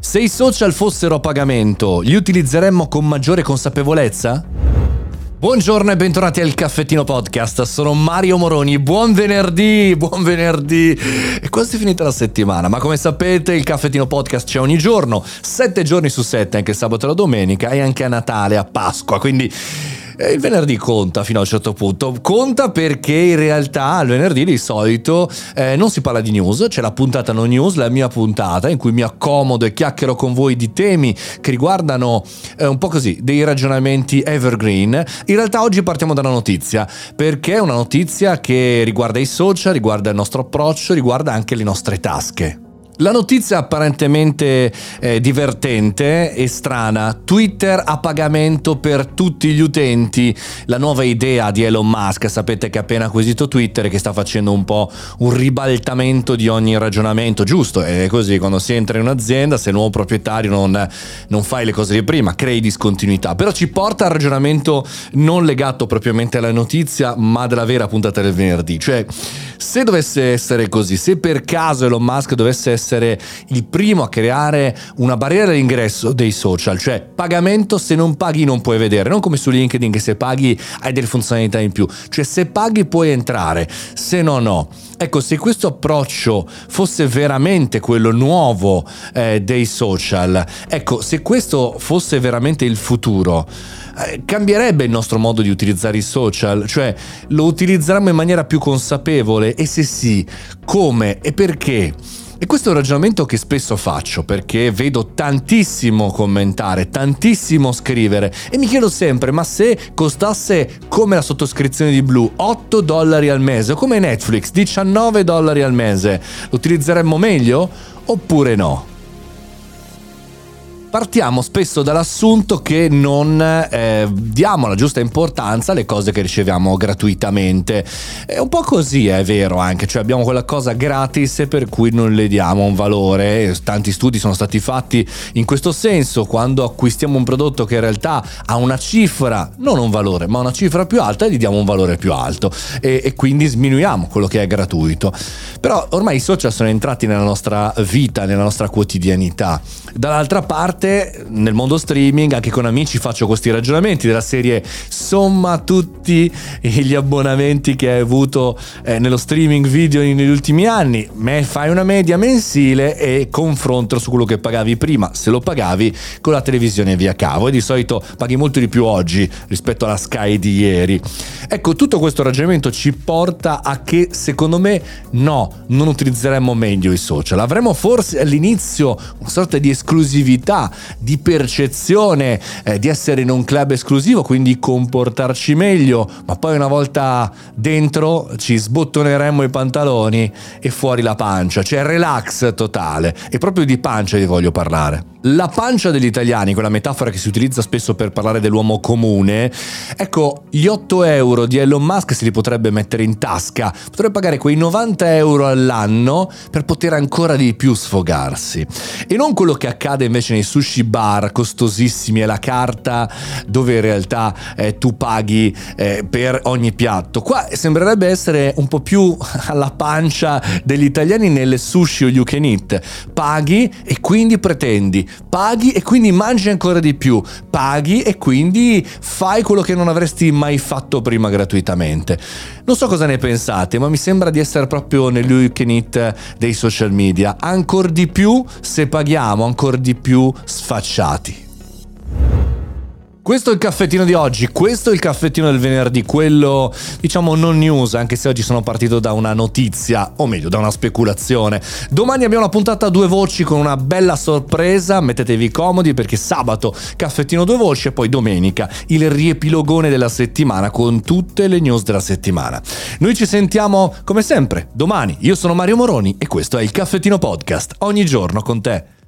Se i social fossero a pagamento, li utilizzeremmo con maggiore consapevolezza? Buongiorno e bentornati al Caffettino Podcast, sono Mario Moroni, buon venerdì, è quasi finita la settimana, ma come sapete il Caffettino Podcast c'è ogni giorno, 7 giorni su 7, anche sabato e la domenica e anche a Natale, a Pasqua, quindi il venerdì conta fino a un certo punto, conta perché in realtà il venerdì di solito non si parla di news, c'è la puntata no news, la mia puntata in cui mi accomodo e chiacchiero con voi di temi che riguardano un po' così, dei ragionamenti evergreen. In realtà oggi partiamo da una notizia, perché è una notizia che riguarda i social, riguarda il nostro approccio, riguarda anche le nostre tasche. La notizia apparentemente divertente e strana: Twitter a pagamento per tutti gli utenti, la nuova idea di Elon Musk. Sapete che ha appena acquisito Twitter e che sta facendo un po' un ribaltamento di ogni ragionamento, giusto? È così, quando si entra in un'azienda, se il nuovo proprietario non fai le cose di prima, crei discontinuità. Però ci porta al ragionamento non legato propriamente alla notizia, ma della vera puntata del venerdì. Cioè, se dovesse essere così, se per caso Elon Musk dovesse essere il primo a creare una barriera all'ingresso dei social, cioè pagamento, se non paghi non puoi vedere, non come su LinkedIn che se paghi hai delle funzionalità in più, cioè se paghi puoi entrare, se no. Ecco, se questo approccio fosse veramente quello nuovo dei social, ecco, se questo fosse veramente il futuro, cambierebbe il nostro modo di utilizzare i social, cioè lo utilizzeremmo in maniera più consapevole, e se sì, come e perché? E questo è un ragionamento che spesso faccio perché vedo tantissimo commentare, tantissimo scrivere e mi chiedo sempre: ma se costasse come la sottoscrizione di Blue $8 al mese o come Netflix $19 al mese, lo utilizzeremmo meglio oppure no? Partiamo spesso dall'assunto che non diamo la giusta importanza alle cose che riceviamo gratuitamente. È un po' così, è vero anche, cioè abbiamo quella cosa gratis e per cui non le diamo un valore. Tanti studi sono stati fatti in questo senso: quando acquistiamo un prodotto che in realtà ha una cifra, non un valore, ma una cifra più alta, gli diamo un valore più alto e quindi sminuiamo quello che è gratuito. Però ormai i social sono entrati nella nostra vita, nella nostra quotidianità. Dall'altra parte, nel mondo streaming, anche con amici faccio questi ragionamenti della serie: somma tutti gli abbonamenti che hai avuto nello streaming video negli ultimi anni, fai una media mensile e confronto su quello che pagavi prima, se lo pagavi, con la televisione via cavo, e di solito paghi molto di più oggi rispetto alla Sky di ieri. Ecco, tutto questo ragionamento ci porta a che, secondo me, no, non utilizzeremmo meglio i social. Avremmo forse all'inizio una sorta di esclusività, di percezione di essere in un club esclusivo, quindi comportarci meglio, ma poi una volta dentro ci sbottoneremmo i pantaloni e fuori la pancia, cioè relax totale. E proprio di pancia vi voglio parlare. La pancia degli italiani, quella metafora che si utilizza spesso per parlare dell'uomo comune, ecco, gli €8 di Elon Musk se li potrebbe mettere in tasca, potrebbe pagare quei €90 all'anno per poter ancora di più sfogarsi, e non quello che accade invece nei sushi bar costosissimi, è la carta dove in realtà tu paghi per ogni piatto. Qua sembrerebbe essere un po' più alla pancia degli italiani nelle sushi o you can eat: paghi e quindi pretendi, paghi e quindi mangi ancora di più, paghi e quindi fai quello che non avresti mai fatto prima gratuitamente. Non so cosa ne pensate, ma mi sembra di essere proprio nel you can eat dei social media, ancora di più se paghiamo, ancora di più sfacciati. Questo è il caffettino di oggi, questo è il caffettino del venerdì, quello diciamo non news, anche se oggi sono partito da una notizia, o meglio da una speculazione. Domani abbiamo una puntata a due voci con una bella sorpresa, mettetevi comodi perché sabato caffettino a due voci e poi domenica il riepilogone della settimana con tutte le news della settimana. Noi ci sentiamo come sempre domani, io sono Mario Moroni e questo è il Caffettino Podcast, ogni giorno con te.